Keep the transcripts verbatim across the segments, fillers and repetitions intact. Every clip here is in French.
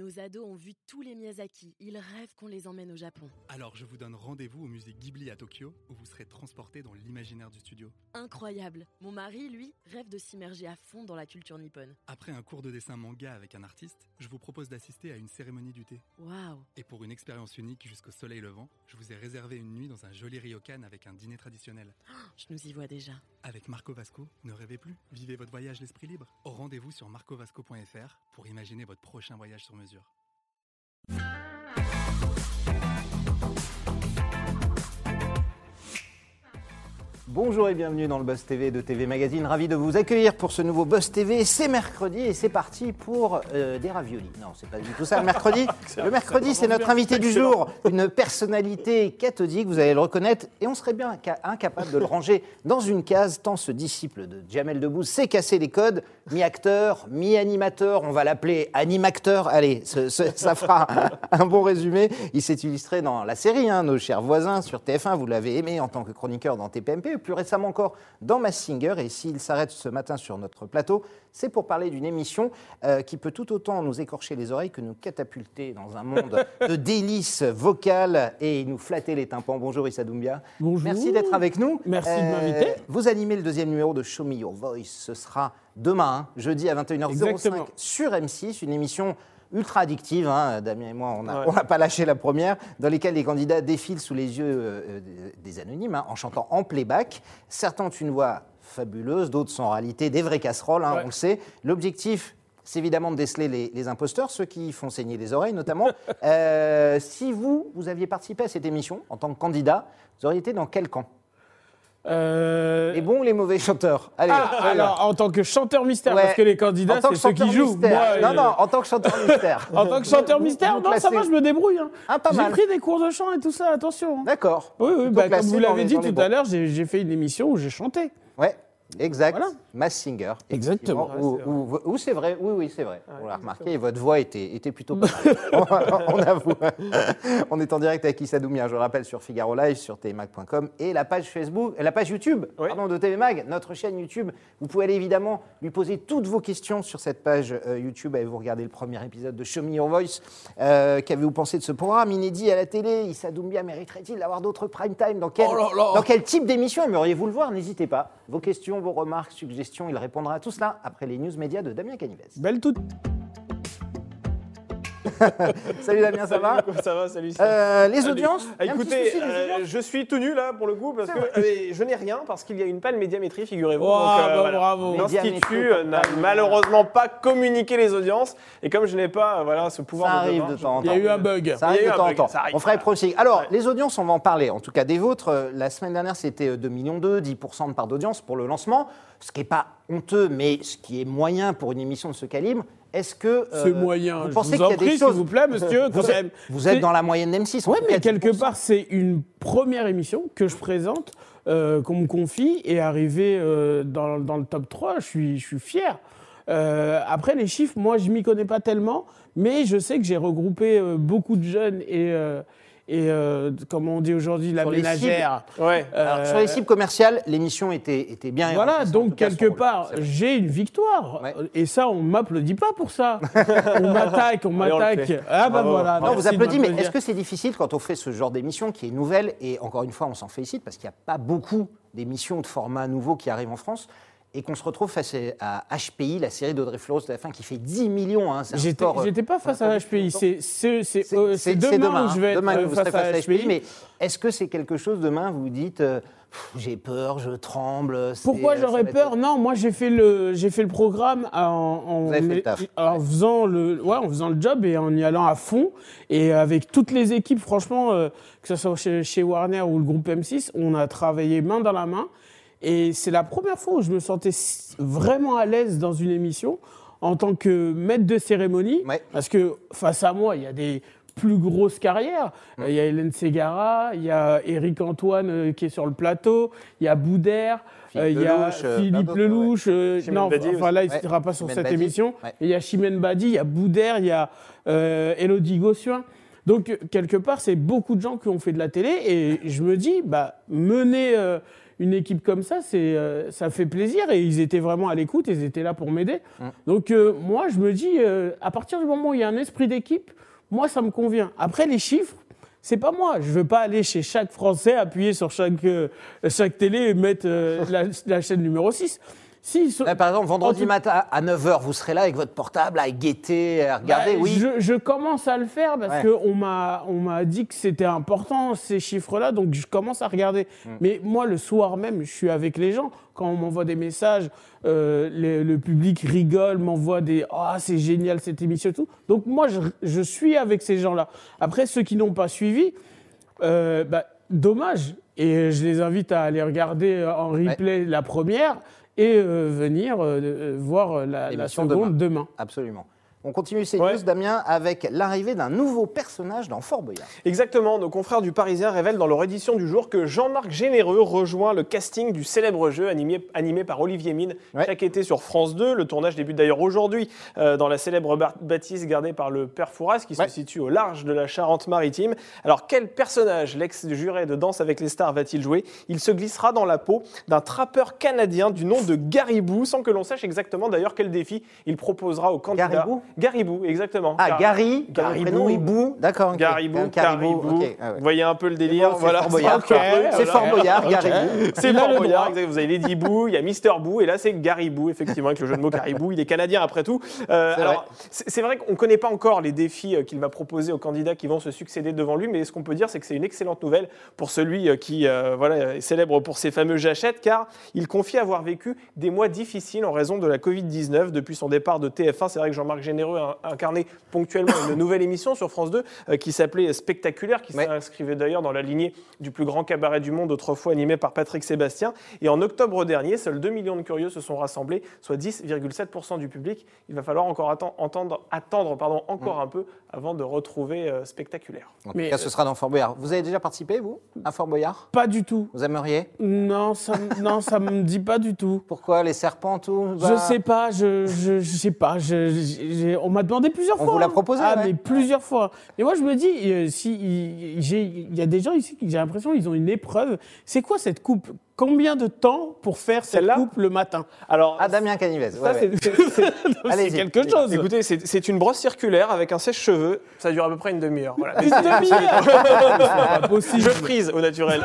Nos ados ont vu tous les Miyazaki. Ils rêvent qu'on les emmène au Japon. Alors je vous donne rendez-vous au musée Ghibli à Tokyo, où vous serez transportés dans l'imaginaire du studio. Incroyable. Mon mari, lui, rêve de s'immerger à fond dans la culture nippone. Après un cours de dessin manga avec un artiste, je vous propose d'assister à une cérémonie du thé. Waouh. Et pour une expérience unique jusqu'au soleil levant, je vous ai réservé une nuit dans un joli ryokan avec un dîner traditionnel. Oh, je nous y vois déjà. Avec Marco Vasco, ne rêvez plus, vivez votre voyage l'esprit libre. Au rendez-vous sur marco vasco point f r pour imaginer votre prochain voyage sur mesure. Bonjour et bienvenue dans le Buzz T V de T V Magazine. Ravi de vous accueillir pour ce nouveau Buzz T V. C'est mercredi et c'est parti pour euh, des raviolis. Non, c'est pas du tout ça. Le mercredi, le mercredi, c'est notre invité du jour, une personnalité cathodique, vous allez le reconnaître, et on serait bien incapable de le ranger dans une case tant ce disciple de Jamel Debbouze sait casser les codes. Mi-acteur, mi-animateur, on va l'appeler animacteur. Allez, ce, ce, ça fera un bon résumé. Il s'est illustré dans la série, hein, Nos chers voisins sur T F un. Vous l'avez aimé en tant que chroniqueur dans T P M P. Plus récemment encore dans Masked Singer, et s'il s'arrête ce matin sur notre plateau, c'est pour parler d'une émission euh, qui peut tout autant nous écorcher les oreilles que nous catapulter dans un monde de délices vocales et nous flatter les tympans. Bonjour Issa Doumbia. Bonjour. Merci d'être avec nous. Merci euh, de m'inviter. Vous animez le deuxième numéro de Show Me Your Voice. Ce sera demain, hein, jeudi à vingt et une heures cinq sur M six, une émission ultra addictive, hein. Damien et moi, on n'a ouais. pas lâché la première, dans lesquelles les candidats défilent sous les yeux euh, des anonymes, hein, en chantant en playback. Certains ont une voix fabuleuse, d'autres sont en réalité des vraies casseroles, hein, ouais. on le sait. L'objectif, c'est évidemment de déceler les, les imposteurs, ceux qui font saigner les oreilles notamment. euh, si vous, vous aviez participé à cette émission en tant que candidat, vous auriez été dans quel camp ? Euh... Les bons ou les mauvais chanteurs? Allez, ah, alors, en tant que chanteur mystère, ouais. parce que les candidats, c'est ceux qui jouent. Moi, non, non, en tant que chanteur mystère. En tant que chanteur mystère, non, ça va, je me débrouille. Hein. Ah, pas j'ai mal. pris des cours de chant et tout ça, attention. Hein. D'accord. Oui, oui, bah, comme vous l'avez dit tout à l'heure, j'ai, j'ai fait une émission où j'ai chanté. Ouais. Exact, voilà. Masked Singer. Exactement. Où, où, où c'est vrai, oui, oui, c'est vrai. Ouais, on l'a remarqué, et votre voix était, était plutôt pas mal. On avoue. On est en direct avec Issa Doumbia, je le rappelle, sur Figaro Live, sur t v mag point com et la page Facebook, la page YouTube oui. pardon, de T V Mag, notre chaîne YouTube. Vous pouvez aller évidemment lui poser toutes vos questions sur cette page euh, YouTube. Allez-vous regarder le premier épisode de Show Me Your Voice. Euh, qu'avez-vous pensé de ce programme inédit à la télé? Issa Doumbia mériterait-il d'avoir d'autres prime time? Dans quel, oh là là. Dans quel type d'émission aimeriez-vous le voir? N'hésitez pas. Vos questions, vos remarques, suggestions, il répondra à tout cela après les news médias de Damien Canivez. Belle toute. Salut Damien, ça va? Ça va, salut. Euh, les audiences ah, Écoutez, euh, je suis tout nu là pour le coup parce que euh, je n'ai rien parce qu'il y a une panne médiamétrie, figurez-vous. Oh, donc, euh, bah, voilà. Bravo. L'Institut n'a malheureusement pas communiqué les audiences et comme je n'ai pas euh, voilà, ce pouvoir ça de arrive devoir, de temps en temps. Il y a eu un bug. Ça arrive de temps en temps. On fera les pronostics. Alors, ouais. les audiences, on va en parler. En tout cas, des vôtres. La semaine dernière, c'était deux virgule deux millions, dix pour cent de part d'audience pour le lancement. Ce qui n'est pas honteux, mais ce qui est moyen pour une émission de ce calibre. Est-ce que euh, c'est moyen? Vous je pensez vous en qu'il y a prie, des choses... s'il vous plaît, monsieur. Vous, quand êtes, même. vous êtes dans la moyenne d'M six. Oui, mais quelque part, c'est une première émission que je présente, euh, qu'on me confie, et arrivé euh, dans, dans le top trois, je suis, je suis fier. Euh, après, les chiffres, moi, je ne m'y connais pas tellement, mais je sais que j'ai regroupé euh, beaucoup de jeunes et... Euh, Et euh, comme on dit aujourd'hui, la sur ménagère. Ouais. Euh, Alors, sur les cibles commerciales, l'émission était, était bien. Voilà, donc quelque part, j'ai une victoire. Ouais. Et ça, on ne m'applaudit pas pour ça. On m'attaque, on m'attaque. Ah ben voilà. Non, vous applaudissez, mais est-ce que c'est difficile quand on fait ce genre d'émission qui est nouvelle, et encore une fois, on s'en félicite parce qu'il n'y a pas beaucoup d'émissions de format nouveau qui arrivent en France, et qu'on se retrouve face à H P I, la série d'Audrey Fleurot de la fin, qui fait dix millions. Hein, c'est j'étais, sport, j'étais pas face à H P I, c'est, c'est, c'est, c'est, euh, c'est, c'est demain, demain je vais demain, être vous face, face à H P I. H P I. Mais est-ce que c'est quelque chose, demain, vous vous dites, euh, j'ai peur, je tremble? Pourquoi j'aurais peur? Être... Non, moi j'ai fait le, j'ai fait le programme en, en, vous avez fait le taf. en, faisant le, ouais, en faisant le job et en y allant à fond. Et avec toutes les équipes, franchement, euh, que ce soit chez, chez Warner ou le groupe M six, on a travaillé main dans la main. Et c'est la première fois où je me sentais vraiment à l'aise dans une émission en tant que maître de cérémonie. Ouais. Parce que face à moi, il y a des plus grosses carrières. Il ouais. y a Hélène Ségara, il y a Éric Antoine euh, qui est sur le plateau, il y a Boudère, euh, il y a euh, Philippe Lelouch. Euh, non, enfin là, il ne sera ouais. pas sur Chimène cette Badi. émission. Ouais. Il y a Chimène Badi, il y a Boudère, il y a euh, Élodie Gossuin. Donc, quelque part, c'est beaucoup de gens qui ont fait de la télé. Et je me dis, bah, mener... Euh, une équipe comme ça, c'est, euh, ça fait plaisir et ils étaient vraiment à l'écoute, ils étaient là pour m'aider. Mmh. Donc euh, moi, je me dis, euh, à partir du moment où il y a un esprit d'équipe, moi, ça me convient. Après, les chiffres, c'est pas moi. Je veux pas aller chez chaque Français, appuyer sur chaque, euh, chaque télé et mettre euh, la, la chaîne numéro six. Si, so... Là, par exemple, vendredi tout... matin à neuf heures, vous serez là avec votre portable à guetter, à regarder, bah, oui. Je, je commence à le faire parce ouais. qu'on m'a, on m'a dit que c'était important, ces chiffres-là, donc je commence à regarder. Mm. Mais moi, le soir même, je suis avec les gens. Quand on m'envoie des messages, euh, le, le public rigole, m'envoie des « Ah, oh, c'est génial cette émission et tout ». Donc moi, je, je suis avec ces gens-là. Après, ceux qui n'ont pas suivi, euh, bah, dommage. Et je les invite à aller regarder en replay ouais. la première et euh, venir euh, voir la, la seconde demain. demain. Absolument. On continue ces ouais. news, Damien, avec l'arrivée d'un nouveau personnage dans Fort Boyard. Exactement. Nos confrères du Parisien révèlent dans leur édition du jour que Jean-Marc Généreux rejoint le casting du célèbre jeu animé, animé par Olivier Mine ouais. chaque été sur France deux. Le tournage débute d'ailleurs aujourd'hui euh, dans la célèbre bâtisse gardée par le père Fouras qui ouais. se situe au large de la Charente-Maritime. Alors quel personnage l'ex-juré de Danse avec les stars va-t-il jouer ? Il se glissera dans la peau d'un trappeur canadien du nom de Garibou, sans que l'on sache exactement d'ailleurs quel défi il proposera aux candidats. Garibou Garibou, exactement. Ah, Gar- Gary, Garibou, Hibou, d'accord. Okay. Garibou, Garibou. Okay. Ah, ouais. Vous voyez un peu le délire. Bon, voilà, c'est Fort Boyard. Okay. C'est voilà. Fort Boyard, Garibou. C'est Fort Boyard, exactement. Vous avez Lady Boo, il y a Mister Boo, et là c'est Garibou, effectivement, avec le jeu de mots Garibou. Il est canadien après tout. Euh, c'est alors, vrai. C'est, c'est vrai qu'on ne connaît pas encore les défis qu'il va proposer aux candidats qui vont se succéder devant lui, mais ce qu'on peut dire, c'est que c'est une excellente nouvelle pour celui qui euh, voilà, est célèbre pour ses fameux jachettes, car il confie avoir vécu des mois difficiles en raison de la covid dix-neuf depuis son départ de T F un. C'est vrai que Jean-Marc Généreux a incarné ponctuellement une nouvelle émission sur France deux euh, qui s'appelait Spectaculaire, qui ouais. s'inscrivait d'ailleurs dans la lignée du plus grand cabaret du monde, autrefois animé par Patrick Sébastien. Et en octobre dernier, seuls deux millions de curieux se sont rassemblés, soit dix virgule sept pour cent du public. Il va falloir encore atten- entendre, attendre pardon, encore mmh. un peu avant de retrouver euh, Spectaculaire. En tout Mais cas, ce sera dans Fort Boyard. Vous avez déjà participé, vous, à Fort Boyard ? Pas du tout. Vous aimeriez ? Non, ça non, ça me dit pas du tout. Pourquoi ? Les serpents, tout bah... Je sais pas, je, je, je sais pas. Je, j'ai, on m'a demandé plusieurs on fois. On vous l'a proposé, Ah, ouais. mais plusieurs fois. Et moi, je me dis, euh, si, il, j'ai, il y a des gens ici qui, j'ai l'impression, ils ont une épreuve. C'est quoi cette coupe ? Combien de temps pour faire cette Celle-là coupe le matin ? Alors, ah, Damien Canivez. Ça, ouais, c'est, ouais. c'est, c'est, c'est quelque chose. Écoutez, c'est, c'est une brosse circulaire avec un sèche-cheveux. Ça dure à peu près une demi-heure. Voilà. Une demi-heure. C'est pas possible. Je frise au naturel.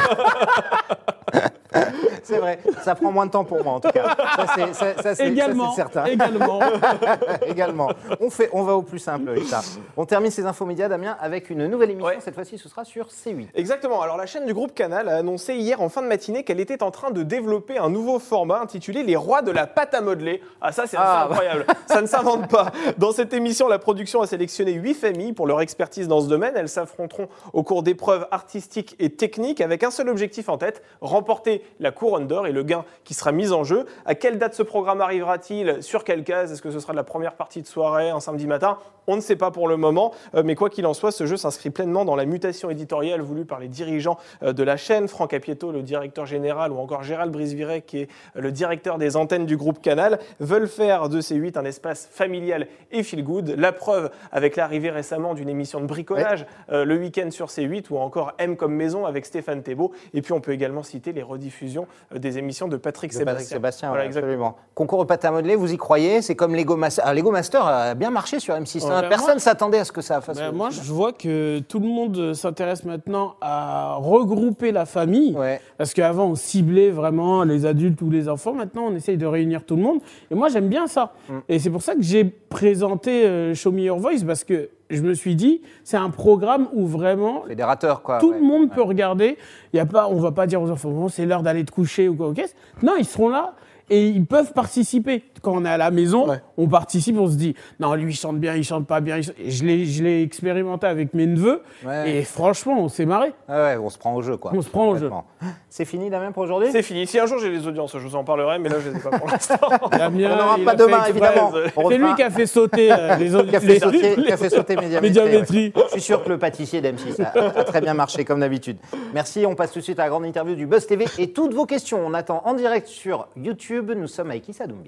C'est vrai, ça prend moins de temps pour moi en tout cas. Ça, c'est, ça, ça, c'est, également, ça, c'est certain. Également. également. On, fait, on va au plus simple, Richard. On termine ces infos médias, Damien, avec une nouvelle émission. Ouais. Cette fois-ci, ce sera sur C huit. Exactement. Alors, la chaîne du groupe Canal a annoncé hier en fin de matinée qu'elle était en train de développer un nouveau format intitulé Les Rois de la pâte à modeler. Ah, ça, c'est ah, incroyable. Bah. Ça ne s'invente pas. Dans cette émission, la production a sélectionné huit familles pour leur expertise dans ce domaine. Elles s'affronteront au cours d'épreuves artistiques et techniques avec un seul objectif en tête, remporter la couronne d'or et le gain qui sera mis en jeu. À quelle date ce programme arrivera-t-il ? Sur quelle case ? Est-ce que ce sera de la première partie de soirée, un samedi matin ? On ne sait pas pour le moment, euh, mais quoi qu'il en soit, ce jeu s'inscrit pleinement dans la mutation éditoriale voulue par les dirigeants euh, de la chaîne. Franck Apieto, le directeur général, ou encore Gérald Briseviret, qui est le directeur des antennes du groupe Canal, veulent faire de C huit un espace familial et feel-good. La preuve avec l'arrivée récemment d'une émission de bricolage, ouais. euh, le week-end sur C huit, ou encore M comme maison avec Stéphane Thébault. Et puis on peut également citer les rediffusions euh, des émissions de Patrick de Sébastien. Patrick Sébastien, voilà, ouais, absolument. Concours au pâte à modeler, vous y croyez ? C'est comme Lego Master. Ah, Lego Master a bien marché sur M six. Ouais, hein. ben Personne ne s'attendait à ce que ça fasse. Ben moi, je vois que tout le monde s'intéresse maintenant à regrouper la famille. Ouais. Parce qu'avant, on ciblait vraiment les adultes ou les enfants. Maintenant, on essaye de réunir tout le monde. Et moi, j'aime bien ça. Mm. Et c'est pour ça que j'ai présenté euh, Show Me Your Voice, parce que je me suis dit, c'est un programme où vraiment fédérateur, quoi, tout ouais. le monde ouais. peut regarder. Il y a pas, on ne va pas dire aux enfants, bon, c'est l'heure d'aller te coucher ou quoi. Okay. Non, ils seront là et ils peuvent participer. Quand on est à la maison, ouais. on participe, on se dit, non, lui, il chante bien, il chante pas bien. Et je l'ai, je l'ai expérimenté avec mes neveux ouais. et franchement, on s'est marré. Ouais, ouais, on se prend au jeu, quoi. On se prend au jeu. C'est fini, Damien, pour aujourd'hui ? C'est fini. Si un jour j'ai les audiences, je vous en parlerai, mais là, je ne les ai pas pour l'instant. Damien, on n'aura pas demain, évidemment. C'est lui qui a fait sauter euh, les autres. Qui a fait sauter, qui a fait sauter Médiamétrie. Médiamétrie. Ouais. Je suis sûr que le pâtissier d'M six a, a très bien marché, comme d'habitude. Merci, on passe tout de suite à la grande interview du Buzz T V et toutes vos questions. On attend en direct sur YouTube. Nous sommes avec Issa Doumbia.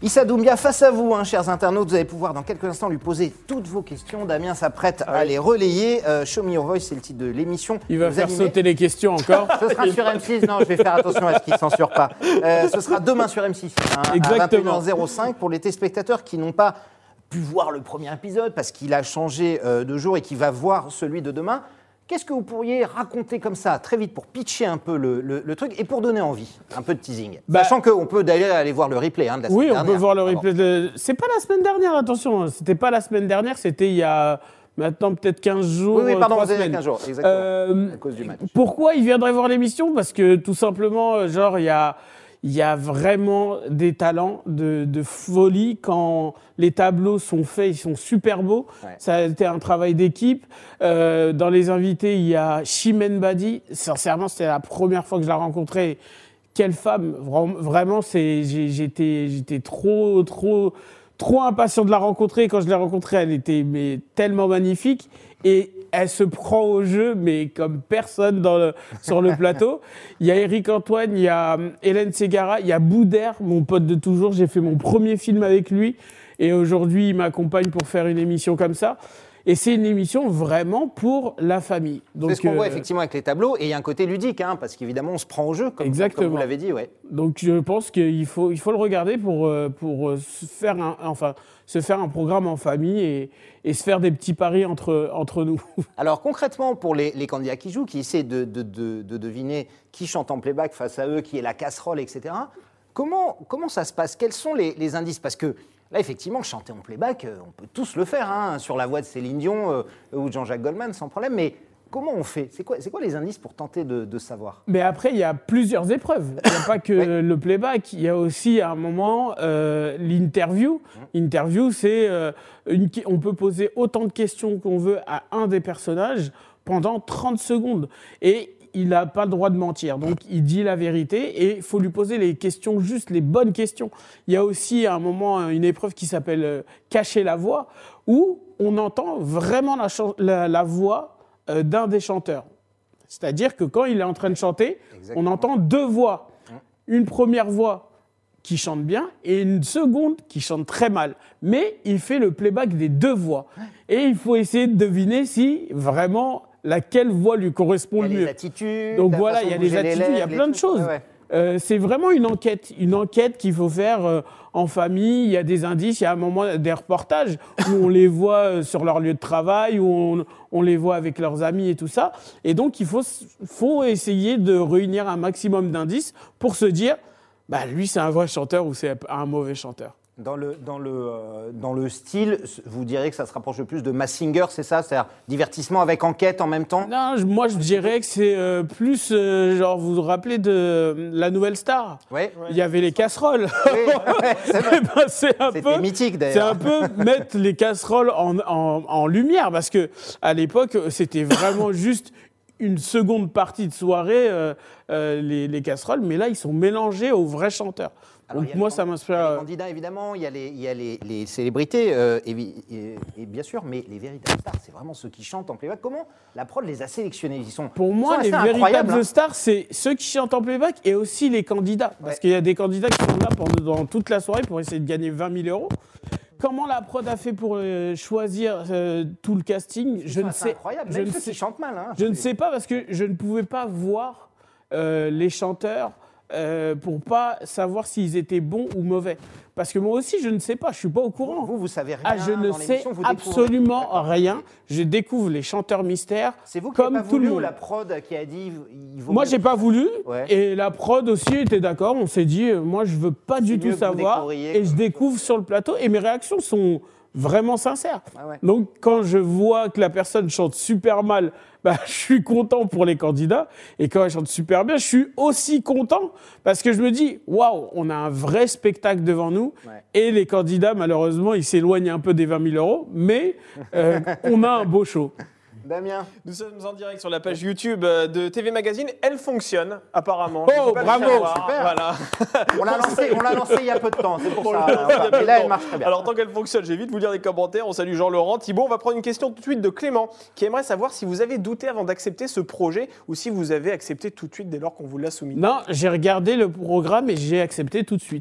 Issa Doumbia face à vous, hein, chers internautes. Vous allez pouvoir dans quelques instants lui poser toutes vos questions. Damien s'apprête Ah à oui. les relayer. Euh, Show Me Your Voice, c'est le titre de l'émission. Il va Vous faire animez. sauter les questions encore. Ce sera sur M six. Non, je vais faire attention à ce qu'il ne censure pas. Euh, ce sera demain sur M six, hein, à Exactement. vingt et une heures zéro cinq pour les téléspectateurs qui n'ont pas pu voir le premier épisode parce qu'il a changé euh, de jour et qui va voir celui de demain. Qu'est-ce que vous pourriez raconter comme ça, très vite, pour pitcher un peu le, le- le truc et pour donner envie, un peu de teasing, Bah- sachant qu'on peut d'ailleurs aller voir le replay hein, de la semaine Oui, on dernière. peut voir le Pardon. replay. De... C'est pas la semaine dernière, attention. C'était pas la semaine dernière, c'était il y a maintenant peut-être quinze jours. Oui, oui, pardon, trois vous avez semaines. quinze jours, exactement, Euh, à cause du match. Pourquoi il viendrait voir l'émission? Parce que tout simplement, euh, genre, il y a, il y a vraiment des talents de, de folie quand les tableaux sont faits, ils sont super beaux. Ouais. Ça a été un travail d'équipe. Euh, dans les invités, il y a Chimène Badi. Sincèrement, c'était la première fois que je la rencontrais. Quelle femme, Vra- vraiment, c'est, j'ai- j'étais, j'étais trop, trop, trop impatient de la rencontrer. Quand je l'ai rencontrée, elle était mais, tellement magnifique et elle se prend au jeu, mais comme personne dans le, sur le plateau. Il y a Éric Antoine, il y a hum, Hélène Ségara, il y a Boudère, mon pote de toujours. J'ai fait mon premier film avec lui et aujourd'hui, il m'accompagne pour faire une émission comme ça. Et c'est une émission vraiment pour la famille. Donc, C'est ce qu'on euh, voit effectivement avec les tableaux, et il y a un côté ludique, hein, parce qu'évidemment on se prend au jeu, comme, Exactement. comme vous l'avez dit. Ouais. Donc je pense qu'il faut, il faut le regarder pour, euh, pour euh, se, faire un, enfin, se faire un programme en famille et, et se faire des petits paris entre, entre nous. Alors concrètement, pour les, les candidats qui jouent, qui essaient de, de- de- de deviner qui chante en playback face à eux, qui est la casserole, et cetera, comment, comment ça se passe? Quels sont les, les indices? Parce que là, effectivement, chanter en playback, euh, on peut tous le faire, hein, sur la voix de Céline Dion euh, ou de Jean-Jacques Goldman, sans problème, mais comment on fait? C'est quoi, c'est quoi les indices pour tenter de, de savoir? Mais après, il y a plusieurs épreuves. Il n'y a pas que Ouais. le playback. Il y a aussi, à un moment, euh, l'interview. L'interview, c'est... euh, une, qui- on peut poser autant de questions qu'on veut à un des personnages pendant trente secondes. Et il n'a pas le droit de mentir. Donc, il dit la vérité et il faut lui poser les questions justes, les bonnes questions. Il y a aussi, à un moment, une épreuve qui s'appelle euh, « Cacher la voix » où on entend vraiment la, chan- la- la voix euh, d'un des chanteurs. C'est-à-dire que quand il est en train de chanter, Exactement. on entend deux voix. Une première voix qui chante bien et une seconde qui chante très mal. Mais il fait le playback des deux voix. Et il faut essayer de deviner si vraiment laquelle voix lui correspond Il y a le les mieux. attitudes. Donc la voilà, façon il y a de des bouger les attitudes, il y a lèvres, plein les de trucs. choses. Ouais, ouais. Euh, c'est vraiment une enquête, une enquête qu'il faut faire euh, en famille. Il y a des indices, il y a un moment des reportages où on les voit euh, sur leur lieu de travail, où on, on les voit avec leurs amis et tout ça. Et donc il faut, s- faut essayer de réunir un maximum d'indices pour se dire, bah lui c'est un vrai chanteur ou c'est un mauvais chanteur. Dans le, dans, le, euh, dans le style, vous direz que ça se rapproche le plus de Masked Singer, c'est ça? C'est-à-dire divertissement avec enquête en même temps? Non, je- moi je dirais que c'est euh, plus, euh, genre vous vous rappelez de euh, la Nouvelle Star. Ouais. Il y avait les casseroles. Oui, ouais, c'est vrai. Eh ben, c'est un C'était peu, mythique c'est d'ailleurs. un peu mettre les casseroles en, en- en lumière parce que à l'époque c'était vraiment juste une seconde partie de soirée euh, euh, les, les casseroles, mais là ils sont mélangés aux vrais chanteurs. Alors, il y Donc a moi les ça can- m'inspire. il y a les euh, candidats évidemment, il y a les, il y a les, les célébrités euh, évi- et, et bien sûr, mais les véritables stars, c'est vraiment ceux qui chantent en playback. Comment la prod les a sélectionnés? Ils sont Pour ils moi, sont les assez incroyables, véritables hein. stars, c'est ceux qui chantent en playback et aussi les candidats. Parce Ouais. qu'il y a des candidats qui sont là pendant toute la soirée pour essayer de gagner vingt mille euros. Comment la prod a fait pour euh, choisir euh, tout le casting? Ils Je sont ne assez sais, incroyables, je même ne ceux sais, qui chantent mal. hein. je ne sais pas parce que je ne pouvais pas voir euh, les chanteurs euh, pour pas savoir s'ils étaient bons ou mauvais. Parce que moi aussi, je ne sais pas, je suis pas au courant. Vous, vous savez rien. Ah, je ne dans sais l'émission, vous découvrez. absolument D'accord. rien. Je découvre les chanteurs mystères C'est vous qui comme n'avez pas tout le voulu ou monde. la prod qui a dit il vaut Moi, mieux- j'ai pas voulu. Ouais. Et la prod aussi était d'accord. On s'est dit, euh, moi, je veux pas du mieux tout que vous savoir. découvriez Et je comme- découvre sur le plateau. Et mes réactions sont vraiment sincères. Ah ouais. Donc, quand je vois que la personne chante super mal, bah, je suis content pour les candidats. Et quand elle chante super bien, je suis aussi content parce que je me dis, waouh, on a un vrai spectacle devant nous. Ouais. Et les candidats, malheureusement, ils s'éloignent un peu des vingt mille euros. Mais euh, on a un beau show. Damien. Nous sommes en direct sur la page YouTube euh, de T V Magazine. Elle fonctionne, apparemment. Oh, Je peux pas le bravo, savoir. super. Voilà. On l'a lancé, on l'a lancé il y a peu de temps, c'est pour On ça. l'a lancé il y a peu Et de là, temps. elle marche très bien. Alors, tant qu'elle fonctionne, j'ai vite vous lire les commentaires. On salue Jean-Laurent. Thibault, on va prendre une question tout de suite de Clément, qui aimerait savoir si vous avez douté avant d'accepter ce projet ou si vous avez accepté tout de suite dès lors qu'on vous l'a soumis. Non, j'ai regardé le programme et j'ai accepté tout de suite.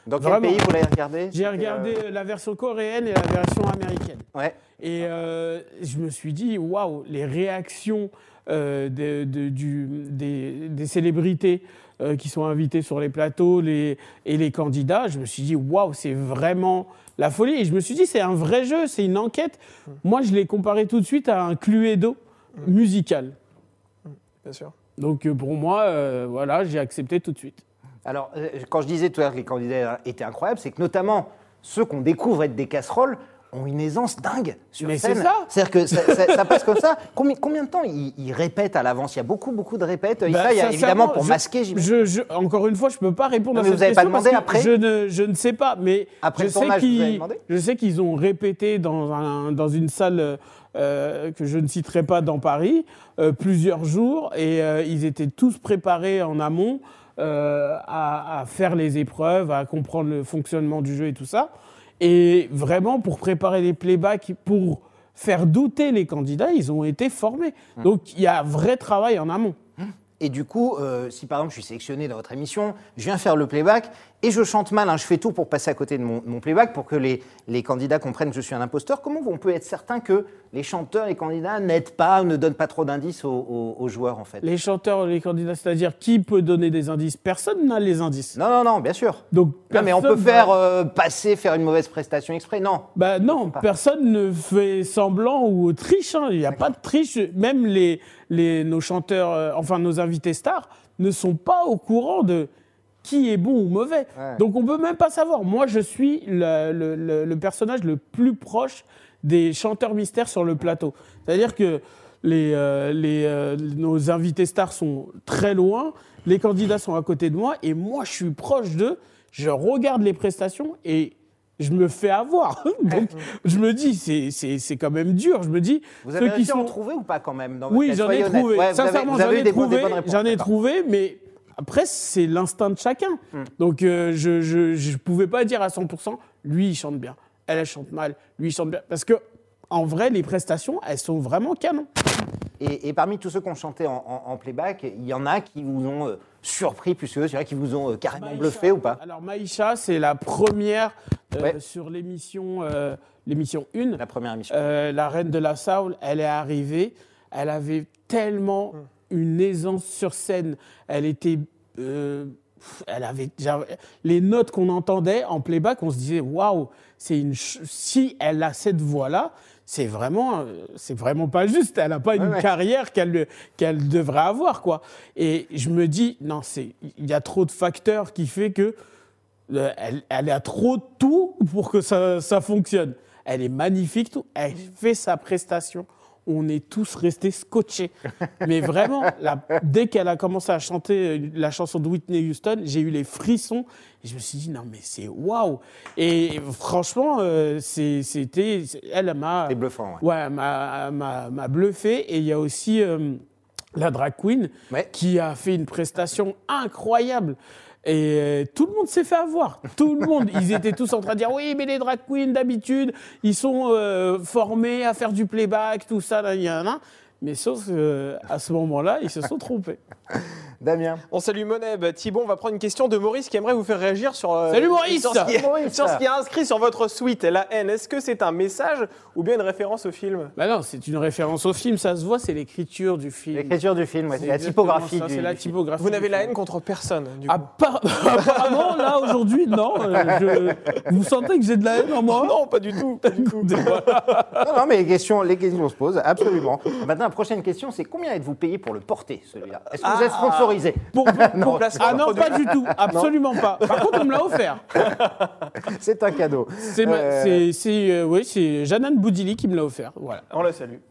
Dans quel Vraiment. pays vous l'avez regardé? J'ai regardé euh... la version coréenne et la version américaine. Ouais. Et euh, je me suis dit, waouh, les réactions euh, de, de, du, des, des célébrités euh, qui sont invitées sur les plateaux les, et les candidats, je me suis dit, waouh, c'est vraiment la folie. Et je me suis dit, c'est un vrai jeu, c'est une enquête. Mmh. Moi, je l'ai comparé tout de suite à un Cluedo mmh. musical. Mmh. Bien sûr. Donc pour moi, euh, voilà, j'ai accepté tout de suite. Alors, euh, quand je disais tout à l'heure que les candidats étaient incroyables, c'est que notamment ceux qu'on découvre être des casseroles ont une aisance dingue sur Mais scène. c'est ça. C'est-à-dire que ça, ça, ça passe comme ça. Combien, combien de temps ils, ils répètent à l'avance? Il y a beaucoup, beaucoup de répètes. Bah, Et ça, il y a évidemment pour je, masquer. Je, je, encore une fois, je ne peux pas répondre non, à mais cette vous avez question pas demandé parce que après je ne, je ne sais pas. Mais après je le sais tournage, vous avez qu'ils, demandé je sais qu'ils ont répété dans, un, dans une salle euh, que je ne citerai pas dans Paris euh, plusieurs jours et euh, ils étaient tous préparés en amont euh, à, à faire les épreuves, à comprendre le fonctionnement du jeu et tout ça. Et vraiment, pour préparer les playbacks, pour faire douter les candidats, ils ont été formés. Mmh. Donc, il y a un vrai travail en amont. Et du coup, euh, si par exemple je suis sélectionné dans votre émission, je viens faire le playback et je chante mal, hein, je fais tout pour passer à côté de mon, mon playback pour que les, les candidats comprennent que je suis un imposteur, comment on peut être certain que les chanteurs, les candidats n'aident pas, ne donnent pas trop d'indices aux, aux, aux joueurs en fait? Les chanteurs, les candidats, c'est-à-dire qui peut donner des indices? Personne n'a les indices. Non, non, non, bien sûr. Donc, non, mais on peut faire euh, passer, faire une mauvaise prestation exprès, non. Bah non, personne ne fait semblant ou triche. Hein. Il n'y a pas de triche. Même les, les, nos chanteurs, euh, enfin nos invités stars, ne sont pas au courant de qui est bon ou mauvais. Ouais. Donc on ne peut même pas savoir. Moi, je suis le, le, le, le personnage le plus proche des chanteurs mystères sur le plateau. C'est-à-dire que les, euh, les, euh, nos invités stars sont très loin, les candidats sont à côté de moi, et moi, je suis proche d'eux, je regarde les prestations et je me fais avoir. Donc, je me dis, c'est, c'est, c'est quand même dur. Je me dis, vous avez ceux réussi qui à sont... en trouver ou pas quand même dans Oui, j'en ai trouvé. Ouais, Sincèrement, vous avez, vous avez j'en ai trouvé. Des bonnes j'en ai trouvé, mais après, c'est l'instinct de chacun. Hmm. Donc, euh, je ne pouvais pas dire à cent pour cent, lui, il chante bien, elle, elle chante mal, lui, il chante bien. Parce que, en vrai, les prestations, elles sont vraiment canon. Et, et parmi tous ceux qui ont chanté en, en, en playback, il y en a qui vous ont euh, surpris plus que eux, il y en a qui vous ont euh, carrément Maïcha, bluffé ou pas? Alors Maïcha, c'est la première euh, ouais. sur l'émission, euh, l'émission un. La première émission. Euh, la reine de la Soul, elle est arrivée, elle avait tellement hum. une aisance sur scène, elle était... Euh, elle avait les notes qu'on entendait en playback, on se disait waouh, c'est une ch- si elle a cette voix-là, c'est vraiment, c'est vraiment pas juste. Elle n'a pas une ouais, ouais. carrière qu'elle, qu'elle devrait avoir, quoi. Et je me dis non, c'est il y a trop de facteurs qui fait que euh, elle, elle a trop de tout pour que ça, ça fonctionne. Elle est magnifique, tout. Elle fait sa prestation. On est tous restés scotchés. Mais vraiment, la, dès qu'elle a commencé à chanter la chanson de Whitney Houston, j'ai eu les frissons. Et je me suis dit, non, mais c'est waouh! Et franchement, euh, c'est, c'était. Elle m'a. C'est bluffant, ouais. Ouais, m'a, m'a, m'a bluffé. Et il y a aussi euh, la drag queen ouais. qui a fait une prestation incroyable. Et euh, tout le monde s'est fait avoir. Tout le monde. Ils étaient tous en train de dire oui, mais les drag queens, d'habitude, ils sont euh, formés à faire du playback, tout ça, là, il y en a. Mais sauf qu'à euh, ce moment-là, ils se sont trompés. Damien. On salue Moneb. Thibaut, on va prendre une question de Maurice qui aimerait vous faire réagir sur, euh, Salut Maurice sur, ce qui est, Maurice sur ce qui est inscrit sur votre suite, la haine. Est-ce que c'est un message ou bien une référence au film? Bah non, c'est une référence au film, ça se voit, c'est l'écriture du film. L'écriture du film, ouais, c'est, c'est la typographie ça, du, c'est la typographie. Vous n'avez la haine contre personne, du coup. Appar- Apparemment, là, aujourd'hui, non. Euh, je... Vous sentez que j'ai de la haine en moi? Non, pas du tout. Pas du tout. non, non, mais les questions, les questions se posent, absolument. Maintenant, la prochaine question, c'est combien êtes-vous payé pour le porter, celui-là? Est-ce que ah, vous êtes sponsorisé? Pour, pour, non, ah non, pas du tout, absolument non. pas. Par contre, on me l'a offert. C'est un cadeau. C'est, ma, euh... c'est, c'est, euh, oui, c'est Janan Boudili qui me l'a offert. Voilà. On la salue.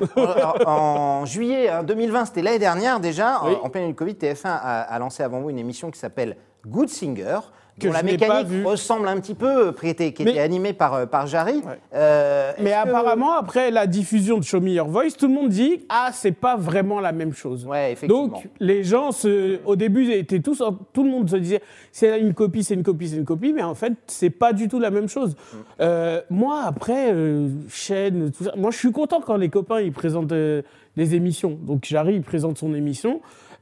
en, en juillet hein, deux mille vingt, c'était l'année dernière déjà, oui. en, en pleine Covid, T F un a, a lancé avant vous une émission qui s'appelle Good Singer. Que dont la mécanique ressemble un petit peu, qui était, qui était animée par, par Jarry. Ouais. Euh, mais apparemment, que... après la diffusion de Show Me Your Voice, tout le monde dit « Ah, c'est pas vraiment la même chose ouais, ». Effectivement. Donc, les gens, se, au début, étaient tous, tout le monde se disait « C'est une copie, c'est une copie, c'est une copie », mais en fait, c'est pas du tout la même chose. Mm. Euh, moi, après, euh, chaîne, tout ça, moi, je suis content quand les copains, ils présentent euh, des émissions. Donc, Jarry, il présente son émission.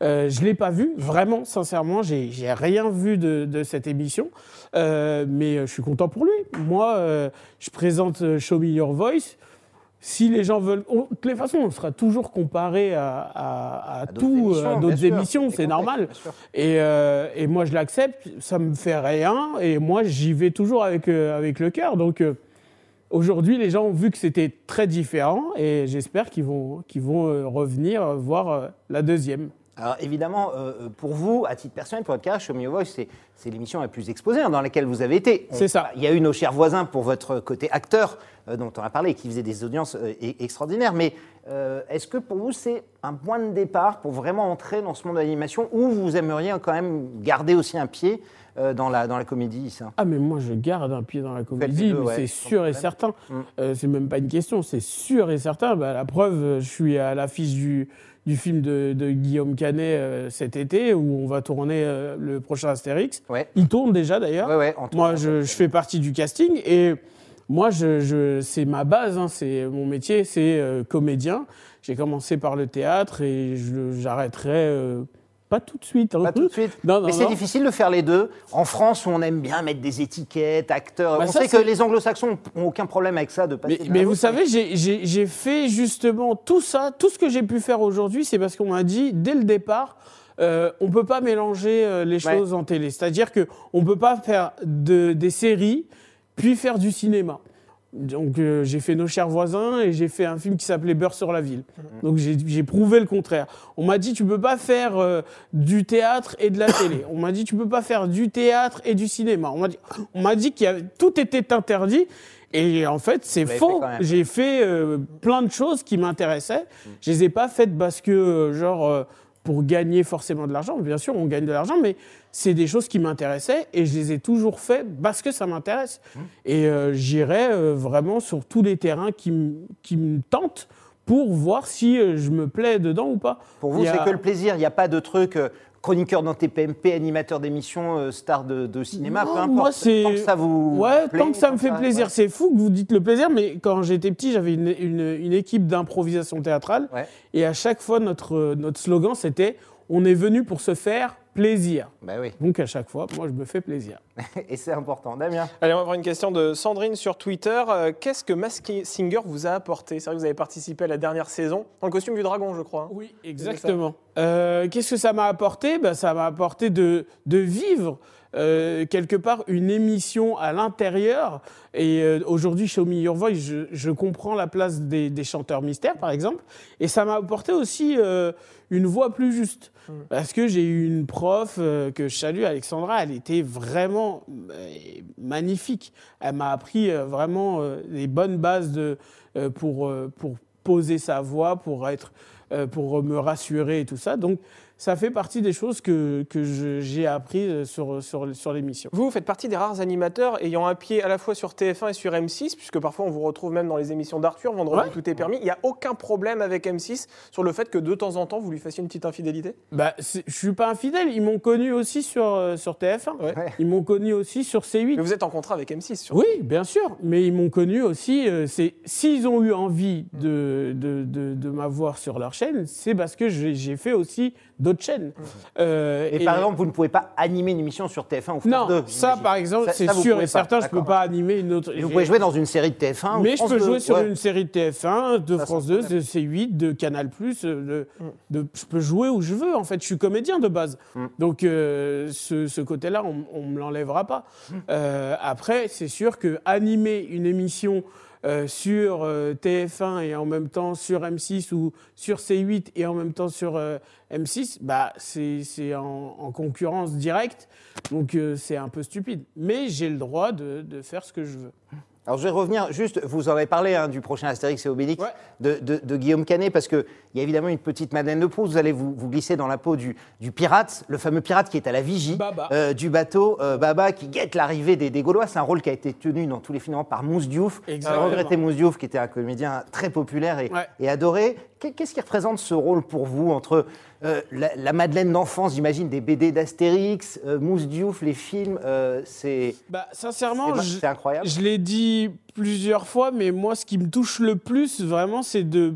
Euh, je ne l'ai pas vu, vraiment, sincèrement, j'ai, j'ai rien vu de, de cette émission, euh, mais je suis content pour lui. Moi, euh, je présente Show Me Your Voice. Si les gens veulent... On, de toutes les façons, on sera toujours comparé à, à, à, à tout, émissions, à d'autres émissions, c'est, c'est normal. Et, euh, et moi, je l'accepte, ça ne me fait rien, et moi, j'y vais toujours avec, euh, avec le cœur. Donc, euh, aujourd'hui, les gens ont vu que c'était très différent, et j'espère qu'ils vont, qu'ils vont euh, revenir voir euh, la deuxième. Alors évidemment, euh, pour vous, à titre personnel, pour votre carrière, Show Me Your Voice, c'est, c'est l'émission la plus exposée hein, dans laquelle vous avez été. On, c'est ça. Il y a eu nos chers voisins pour votre côté acteur, euh, dont on a parlé, qui faisait des audiences euh, extraordinaires. Mais euh, est-ce que pour vous, c'est un point de départ pour vraiment entrer dans ce monde de l'animation, ou vous aimeriez quand même garder aussi un pied euh, dans, la, dans la comédie ça? Ah mais moi, je garde un pied dans la comédie, deux, mais ouais, c'est sûr et certain. Mmh. Euh, c'est même pas une question, c'est sûr et certain. Bah, la preuve, je suis à l'affiche du... du film de, de Guillaume Canet euh, cet été, où on va tourner euh, le prochain Astérix. Ouais. Il tourne déjà d'ailleurs. Ouais, ouais, moi, je, je fais partie du casting et moi, je, je, c'est ma base, hein, c'est mon métier, c'est euh, comédien. J'ai commencé par le théâtre et je, j'arrêterai euh, pas tout de suite. Hein. Pas tout de suite. Non, non, Mais c'est non. difficile de faire les deux. En France, où on aime bien mettre des étiquettes, acteurs. Bah on ça, sait c'est... que les anglo-saxons n'ont aucun problème avec ça de passer. Mais, mais vous savez, j'ai, j'ai, j'ai fait justement tout ça, tout ce que j'ai pu faire aujourd'hui, c'est parce qu'on m'a dit dès le départ, euh, on ne peut pas mélanger euh, les choses ouais. en télé. C'est-à-dire qu'on ne peut pas faire de, des séries puis faire du cinéma. Donc euh, j'ai fait Nos chers voisins et j'ai fait un film qui s'appelait Beurre sur la ville. Mmh. Donc j'ai, j'ai prouvé le contraire. On m'a dit tu peux pas faire euh, du théâtre et de la télé. On m'a dit tu peux pas faire du théâtre et du cinéma. On m'a dit, on m'a dit qu'il y avait, tout était interdit. Et en fait c'est faux. Fait j'ai fait euh, plein de choses qui m'intéressaient. Mmh. Je les ai pas faites parce que euh, genre euh, pour gagner forcément de l'argent. Bien sûr on gagne de l'argent, mais c'est des choses qui m'intéressaient et je les ai toujours fait parce que ça m'intéresse. Mmh. Et euh, j'irai euh, vraiment sur tous les terrains qui, m- qui me tentent pour voir si euh, je me plais dedans ou pas. Pour vous, a... c'est que le plaisir. Il n'y a pas de truc euh, chroniqueur dans T P M P, animateur d'émissions, euh, star de, de cinéma, non, peu importe. Moi, c'est... Tant que ça vous ouais, plaît, tant que ça me fait ça, plaisir. Ouais. C'est fou que vous dites le plaisir, mais quand j'étais petit, j'avais une, une, une équipe d'improvisation théâtrale. Ouais. Et à chaque fois, notre, notre slogan, c'était « On est venu pour se faire plaisir ». Bah oui. Donc à chaque fois, moi, je me fais plaisir. Et c'est important. Damien. Allez, on va avoir une question de Sandrine sur Twitter. Euh, qu'est-ce que Masked Singer vous a apporté? C'est vrai que vous avez participé à la dernière saison dans le costume du dragon, je crois. Hein. Oui, exactement. Euh, qu'est-ce que ça m'a apporté? Ben, ça m'a apporté de, de vivre euh, quelque part une émission à l'intérieur. Et euh, aujourd'hui, Show Me Your Voice, je, je comprends la place des, des chanteurs mystères, par exemple. Et ça m'a apporté aussi euh, une voix plus juste. Mmh. Parce que j'ai eu une prof euh, que je salue, Alexandra, elle était vraiment euh, magnifique. Elle m'a appris euh, vraiment euh, les bonnes bases de, euh, pour, euh, pour poser sa voix, pour, être, euh, pour me rassurer et tout ça. Donc, ça fait partie des choses que, que je, j'ai apprises sur, sur, sur l'émission. Vous, vous faites partie des rares animateurs ayant un pied à la fois sur T F un et sur M six, puisque parfois on vous retrouve même dans les émissions d'Arthur, Vendredi, ouais. Tout est permis. Il n'y a aucun problème avec M six sur le fait que de temps en temps, vous lui fassiez une petite infidélité? Bah, je ne suis pas infidèle. Ils m'ont connu aussi sur, euh, sur T F un. Ouais. Ils m'ont connu aussi sur C huit. Mais vous êtes en contrat avec M six, surtout. Oui, bien sûr. Mais ils m'ont connu aussi. Euh, c'est, s'ils ont eu envie de, de, de, de m'avoir sur leur chaîne, c'est parce que j'ai, j'ai fait aussi d'autres chaînes. Mmh. Euh, et, et par exemple, vous ne pouvez pas animer une émission sur T F un ou France non, deux? Non, ça par exemple, ça, c'est ça, sûr et certain, je ne peux pas animer une autre... Et vous pouvez jouer dans une série de T F un mais ou France je peux deux. jouer sur ouais. une série de T F un, de ça France deux, de C huit, de Canal plus, de, mmh. de, je peux jouer où je veux, en fait, je suis comédien de base. Mmh. Donc euh, ce, ce côté-là, on ne me l'enlèvera pas. Mmh. Euh, après, c'est sûr qu'animer une émission... Euh, sur euh, T F un et en même temps sur M six ou sur C huit et en même temps sur euh, M six, bah, c'est, c'est en, en concurrence directe, donc euh, c'est un peu stupide. Mais j'ai le droit de, de faire ce que je veux. Alors je vais revenir juste, vous aurez parlé hein, du prochain Astérix et Obélix, ouais. de, de, de Guillaume Canet, parce qu'il y a évidemment une petite Madeleine de Proust, vous allez vous, vous glisser dans la peau du, du pirate, le fameux pirate qui est à la vigie euh, du bateau, euh, Baba, qui guette l'arrivée des, des Gaulois. C'est un rôle qui a été tenu dans tous les films par Mousse Diouf, euh, regretté Mousse Diouf, qui était un comédien très populaire et, ouais. et adoré. Qu'est-ce qui représente ce rôle pour vous entre euh, la, la Madeleine d'enfance, j'imagine, des B D d'Astérix, euh, Mousse Diouf, les films, euh, c'est... Bah, sincèrement, c'est, c'est incroyable. Je, je l'ai dit plusieurs fois, mais moi, ce qui me touche le plus, vraiment, c'est de,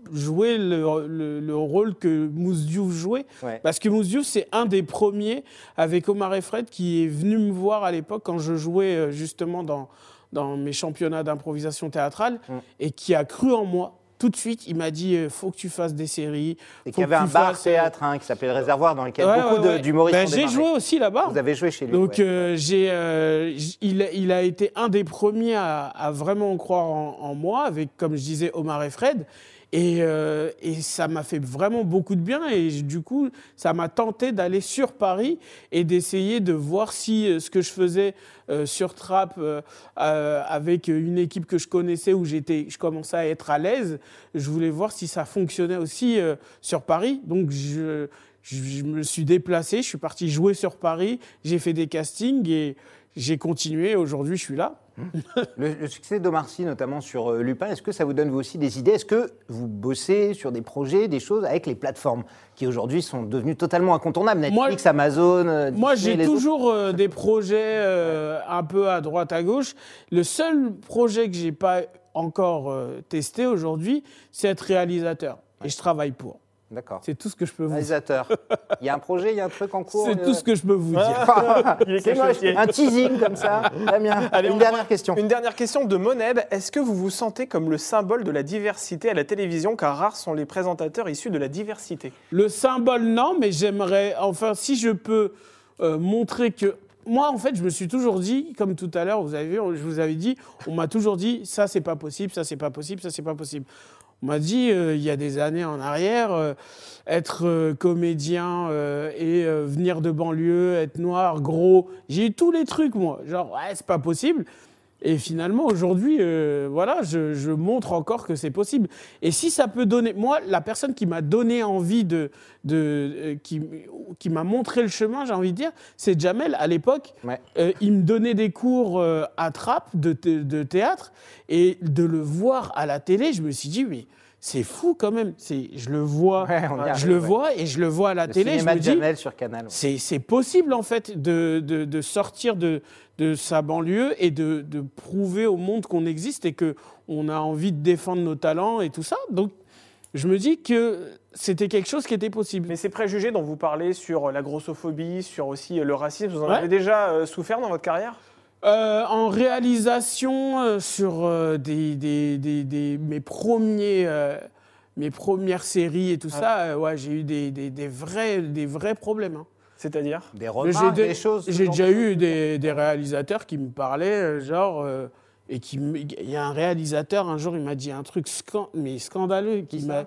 jouer le, le, le rôle que Mousse Diouf jouait. Ouais. Parce que Mousse Diouf, c'est un des premiers, avec Omar et Fred, qui est venu me voir à l'époque quand je jouais euh, justement dans, dans mes championnats d'improvisation théâtrale Mm. et qui a cru en moi. Tout de suite, il m'a dit, il faut que tu fasses des séries. Et faut qu'il y avait que un tu bar fasses, euh, théâtre hein, qui s'appelait le Réservoir, dans lequel Ouais, beaucoup ouais, de- ouais. d'humoristes Ben, ont j'ai démarré. joué aussi là-bas. Vous avez joué chez lui. Donc ouais. euh, j'ai, euh, j- il, il a été un des premiers à, à vraiment croire en, en moi, avec, comme je disais, Omar et Fred. Et, euh, et ça m'a fait vraiment beaucoup de bien. Et j- du coup, ça m'a tenté d'aller sur Paris et d'essayer de voir si euh, ce que je faisais euh, sur Trappes euh, euh, avec une équipe que je connaissais, où j'étais, je commençais à être à l'aise, je voulais voir si ça fonctionnait aussi euh, sur Paris. Donc je, je, je me suis déplacé, je suis parti jouer sur Paris, j'ai fait des castings et j'ai continué. Aujourd'hui, je suis là. Le, le succès d'Omar Sy, notamment sur euh, Lupin, est-ce que ça vous donne vous aussi des idées? Est-ce que vous bossez sur des projets, des choses avec les plateformes qui aujourd'hui sont devenues totalement incontournables? Netflix, Moi- Amazon, euh, Moi, Disney, j'ai les autres. toujours euh, des projets euh, un peu à droite, à gauche. Le seul projet que j'ai pas encore euh, testé aujourd'hui, c'est être réalisateur. Et je travaille pour. D'accord. C'est tout ce que je peux vous dire. Réalisateur. Il y a un projet, il y a un truc en cours. C'est euh, tout ce que je peux vous dire. Il y a C'est quelque moche. chose qui est- Un teasing comme ça. Damien, Allez, on une va dernière prendre question. Une dernière question de Moneb. Est-ce que vous vous sentez comme le symbole de la diversité à la télévision, car rares sont les présentateurs issus de la diversité? Le symbole, non, mais j'aimerais, enfin, si je peux euh, montrer que. Moi, en fait, je me suis toujours dit, comme tout à l'heure, vous avez vu, je vous avais dit, on m'a toujours dit, ça, c'est pas possible, ça, c'est pas possible, ça, c'est pas possible. On m'a dit, euh, il y a des années en arrière, euh, être euh, comédien euh, et euh, venir de banlieue, être noir, gros, j'ai eu tous les trucs, moi. Genre, ouais, c'est pas possible. Et finalement, aujourd'hui, euh, voilà, je, je montre encore que c'est possible. Et si ça peut donner... Moi, la personne qui m'a donné envie de... de euh, qui qui m'a montré le chemin, j'ai envie de dire, c'est Jamel. À l'époque, Ouais. euh, il me donnait des cours euh, à Trappes de, thé- de théâtre. Et de le voir à la télé, je me suis dit, mais c'est fou quand même. C'est, je le vois, Ouais, on y je arrive, le ouais. vois et je le vois à la Le télé. Je cinéma me de dis, Jamel sur Canal. ouais. c'est, c'est possible en fait de, de, de sortir de, de sa banlieue et de, de prouver au monde qu'on existe et qu'on a envie de défendre nos talents et tout ça. Donc je me dis que c'était quelque chose qui était possible. Mais ces préjugés dont vous parlez sur la grossophobie, sur aussi le racisme, vous en Ouais. avez déjà euh, souffert dans votre carrière? Euh, en réalisation, euh, sur euh, des, des, des, des- mes, premiers, euh, mes premières séries et tout ça, euh, ouais, j'ai eu des, des, des, vrais, des vrais problèmes. hein. C'est-à-dire? Des Mais remarques, j'ai des choses. ce J'ai genre déjà de eu choses. des, des réalisateurs qui me parlaient, euh, genre, euh, et qui, me- il y a un réalisateur un jour, il m'a dit un truc scan- mais scandaleux, qui Qui m'a.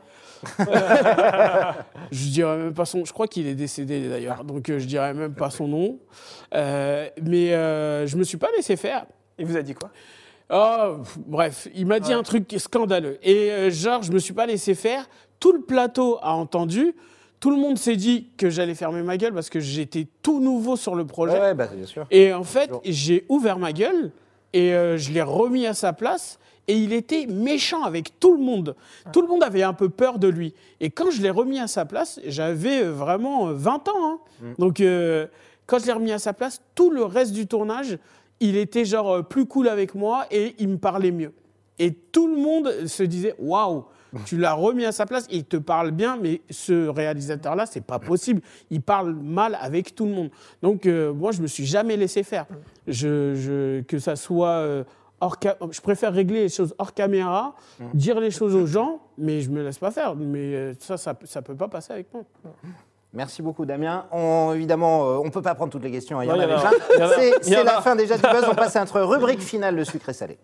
je dirais même pas son, je crois qu'il est décédé d'ailleurs, donc euh, je dirais même pas son nom. Euh, mais euh, je me suis pas laissé faire. Il vous a dit quoi? Oh, pff, bref, il m'a dit Ouais. un truc scandaleux. Et euh, genre, je me suis pas laissé faire. Tout le plateau a entendu. Tout le monde s'est dit que j'allais fermer ma gueule parce que j'étais tout nouveau sur le projet. Ouais, ouais, bah, bien sûr. Et en fait, Toujours. j'ai ouvert ma gueule et euh, je l'ai remis à sa place. Et il était méchant avec tout le monde. Tout le monde avait un peu peur de lui. Et quand je l'ai remis à sa place, j'avais euh, vraiment euh, vingt ans. hein. Mm. Donc, euh, quand je l'ai remis à sa place, tout le reste du tournage, il était genre euh, plus cool avec moi et il me parlait mieux. Et tout le monde se disait, waouh, tu l'as remis à sa place, il te parle bien, mais ce réalisateur-là, c'est pas possible. Il parle mal avec tout le monde. Donc, euh, moi, je me suis jamais laissé faire. Je, je- que ça soit euh, hors ca- je préfère régler les choses hors caméra, dire les choses aux gens, mais je me laisse pas faire. Mais euh, ça, ça, ça peut pas passer avec moi. Merci beaucoup, Damien. On, évidemment, euh, on ne peut pas prendre toutes les questions. hein, Il y en Ouais, avait il y en a. plein. Il y en a. C'est Il y en c'est la a. fin déjà du buzz. On passe à notre rubrique finale, le sucré salé.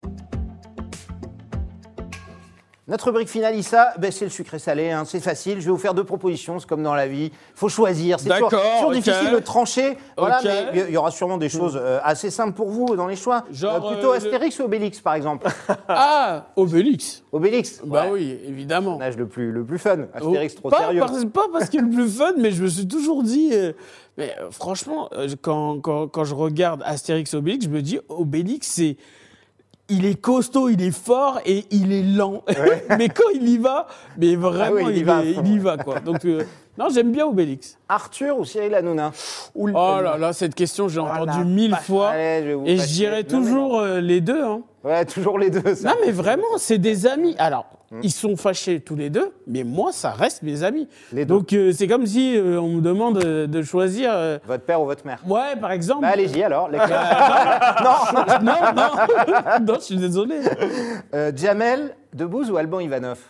Notre rubrique finale, Issa, ben, c'est le sucré salé. hein, C'est facile. Je vais vous faire deux propositions. C'est comme dans la vie. Il faut choisir. C'est toujours, D'accord, toujours ok. difficile de trancher. Voilà, Ok. mais il y aura sûrement des choses euh, assez simples pour vous dans les choix. Genre, Euh, plutôt euh, Astérix ou Obélix, par exemple. Ah, Obélix. Obélix. Bah Ouais. oui, évidemment. L'âge le plus, le plus fun. Astérix, trop Oh, pas, sérieux. Parce, pas parce qu'il est le plus fun, mais je me suis toujours dit. euh, mais euh, franchement, euh, quand, quand, quand je regarde Astérix Obélix, je me dis Obélix, c'est. Il est costaud, il est fort et il est lent. Mais quand il y va, mais vraiment, Ah oui, il y il, va à est- fond, il y ouais. va, quoi. Donc, euh, non, j'aime bien Obélix. Arthur ou Cyril Hanouna. Oh là là, cette question, j'ai Voilà. entendu mille fois. Allez, je vais vous Et je passer- dirais Non, mais non. toujours euh, les deux. Hein. Ouais, toujours les deux. ça. Non, mais vraiment, c'est des amis. Alors, Mmh. Ils sont fâchés tous les deux, mais moi, ça reste mes amis. Les deux. Donc, euh, c'est comme si euh, on me demande de, de choisir... Euh... Votre père ou votre mère? Ouais, par exemple. Bah, allez-y alors. Les... Euh, non, non, non, non, non, je suis désolé. Euh, Jamel Debbouze ou Alban Ivanov?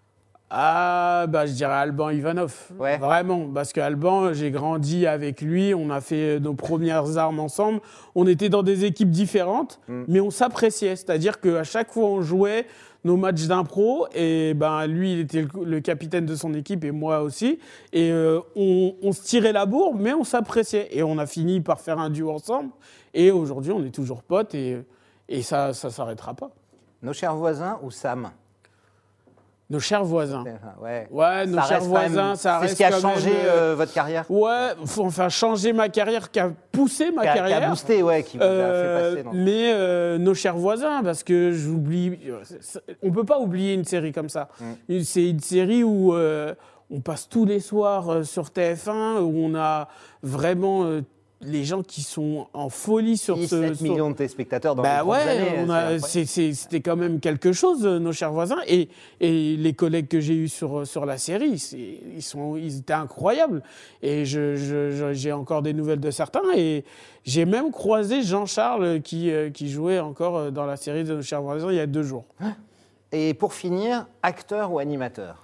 Ah, bah, je dirais Alban Ivanov. Ouais. Vraiment. Parce qu'Alban, j'ai grandi avec lui. On a fait nos premières armes ensemble. On était dans des équipes différentes, mm. mais on s'appréciait. C'est-à-dire qu'à chaque fois, on jouait nos matchs d'impro. Et ben, lui, il était le, le capitaine de son équipe et moi aussi. Et euh, on, on se tirait la bourre, mais on s'appréciait. Et on a fini par faire un duo ensemble. Et aujourd'hui, on est toujours potes et, et ça ne s'arrêtera pas. Nos chers voisins ou Sam? Nos chers voisins. Ouais, ouais nos ça chers voisins, même, ça reste. C'est ce qui a quand changé même, euh, votre carrière? Ouais, faut enfin changer ma carrière, qui a poussé ma qui a, carrière. Qui a boosté, ouais, qui vous euh, a fait passer. Dans... Mais euh, nos chers voisins, parce que j'oublie. On peut pas oublier une série comme ça. Mm. C'est une série où euh, on passe tous les soirs sur T F un, où on a vraiment. Euh, les gens qui sont en folie sur six, ce... sept sur... millions de téléspectateurs dans bah les ouais, années. On a, c'est, c'est, c'était quand même quelque chose, nos chers voisins. Et, et les collègues que j'ai eus sur, sur la série, c'est, ils, sont, ils étaient incroyables. Et je, je, je, j'ai encore des nouvelles de certains. Et j'ai même croisé Jean-Charles qui, qui jouait encore dans la série de nos chers voisins il y a deux jours. Et pour finir, acteur ou animateur?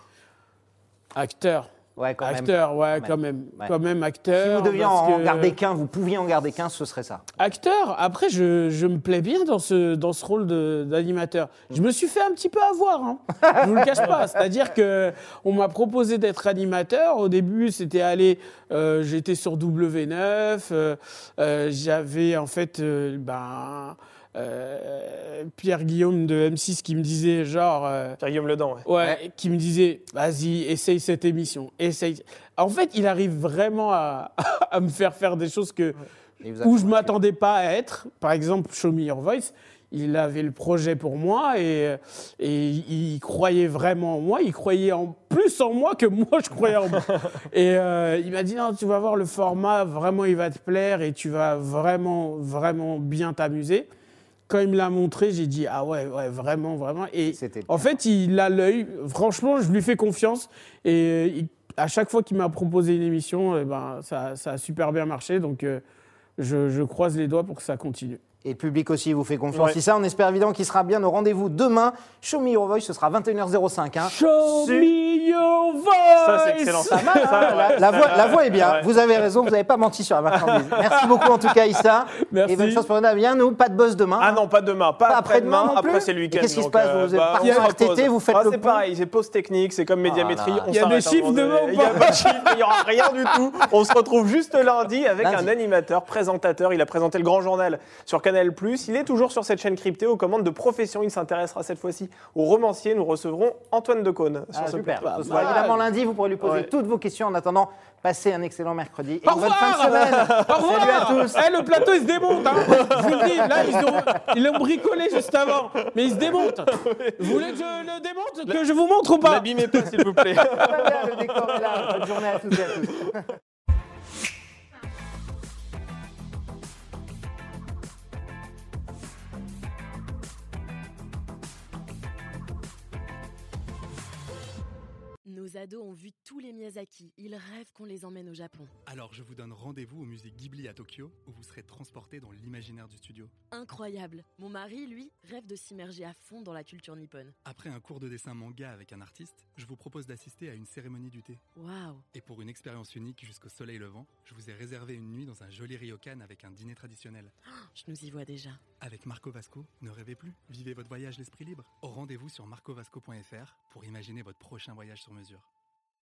Acteur. Ouais, quand acteur, même. ouais, quand même. Ouais. Quand même acteur. Si vous deviez en que... garder qu'un, vous pouviez en garder qu'un, ce serait ça. Acteur. Après, je, je me plais bien dans ce, dans ce rôle de, d'animateur. Je me suis fait un petit peu avoir, hein. Je vous le cache pas. C'est-à-dire qu'on m'a proposé d'être animateur. Au début, c'était aller... Euh, j'étais sur W neuf. Euh, euh, j'avais, en fait... Euh, ben, Euh, Pierre-Guillaume de M six qui me disait genre... Euh, Pierre-Guillaume Ledan, ouais. ouais. Ouais, qui me disait, vas-y, essaye cette émission, essaye. En fait, il arrive vraiment à, à me faire faire des choses que, où je ne m'attendais pas à être. Par exemple, Show Me Your Voice, il avait le projet pour moi et, et il croyait vraiment en moi. Il croyait en plus en moi que moi, je croyais en moi. Et euh, il m'a dit, non, tu vas voir le format, vraiment, il va te plaire et tu vas vraiment, vraiment bien t'amuser. Quand il me l'a montré, j'ai dit « Ah ouais, ouais, vraiment, vraiment ». Et C'était en fait, il a l'œil. Franchement, je lui fais confiance. Et il, à chaque fois qu'il m'a proposé une émission, eh ben, ça, ça a super bien marché. Donc, euh, je, je croise les doigts pour que ça continue. Et le public aussi vous fait confiance. Ouais. Si ça, on espère évidemment qu'il sera bien au rendez-vous demain. Show Me Your Voice, ce sera vingt et une heures cinq. Hein. Show Su- Me Your Voice. Ça, c'est excellent. Pas mal, hein. Ça, ouais, la, la, voix, la voix est bien. Ouais. Vous avez raison, vous n'avez pas menti sur la marchandise. Merci beaucoup en tout cas, Issa. Merci. Et bonne chance pour Damien. Nous, pas de buzz demain. Ah non, pas demain, pas, Pas après-demain, après-demain non plus. après c'est le week-end. Et qu'est-ce qui se donc, passe euh, Vous êtes bah, parti on en se R T T, repose. vous faites ah, le c'est pont. pareil, c'est pause technique, c'est comme médiamétrie. là. On Il y a des s'arrête chiffres un moment demain donné. ou Il n'y a pas pas de chiffres, il n'y aura rien du tout. On se retrouve juste lundi avec Lundi. un animateur, présentateur. Il a présenté le Grand Journal sur Canal plus. Il est toujours sur cette chaîne cryptée aux commandes de profession. Il s'intéressera cette fois-ci aux romanciers. Nous recevrons Antoine Decaune sur Ah, ce super. plateau. Ce sera évidemment lundi, vous pourrez lui poser Ouais. toutes vos questions. En attendant, passez un excellent mercredi et Au une bonne fin de revoir. semaine. Au revoir. Salut à tous. Eh, le plateau, il se démonte. Hein. Je vous le dis, là, ils, ont, ils l'ont bricolé juste avant. Mais il se démonte. Vous voulez que je le démonte, que je vous montre ou pas? N'abîmez pas, s'il vous plaît. Très bien, le décor est là. Bonne journée à toutes et à tous. Nos ados ont vu tous les Miyazaki. Ils rêvent qu'on les emmène au Japon. Alors je vous donne rendez-vous au musée Ghibli à Tokyo, où vous serez transporté dans l'imaginaire du studio. Incroyable. Mon mari, lui, rêve de s'immerger à fond dans la culture nippone. Après un cours de dessin manga avec un artiste, je vous propose d'assister à une cérémonie du thé. Waouh. Et pour une expérience unique jusqu'au soleil levant, je vous ai réservé une nuit dans un joli ryokan avec un dîner traditionnel. Je nous y vois déjà. Avec Marco Vasco, ne rêvez plus, vivez votre voyage l'esprit libre. Au rendez-vous sur marco vasco point f r pour imaginer votre prochain voyage sur mesure.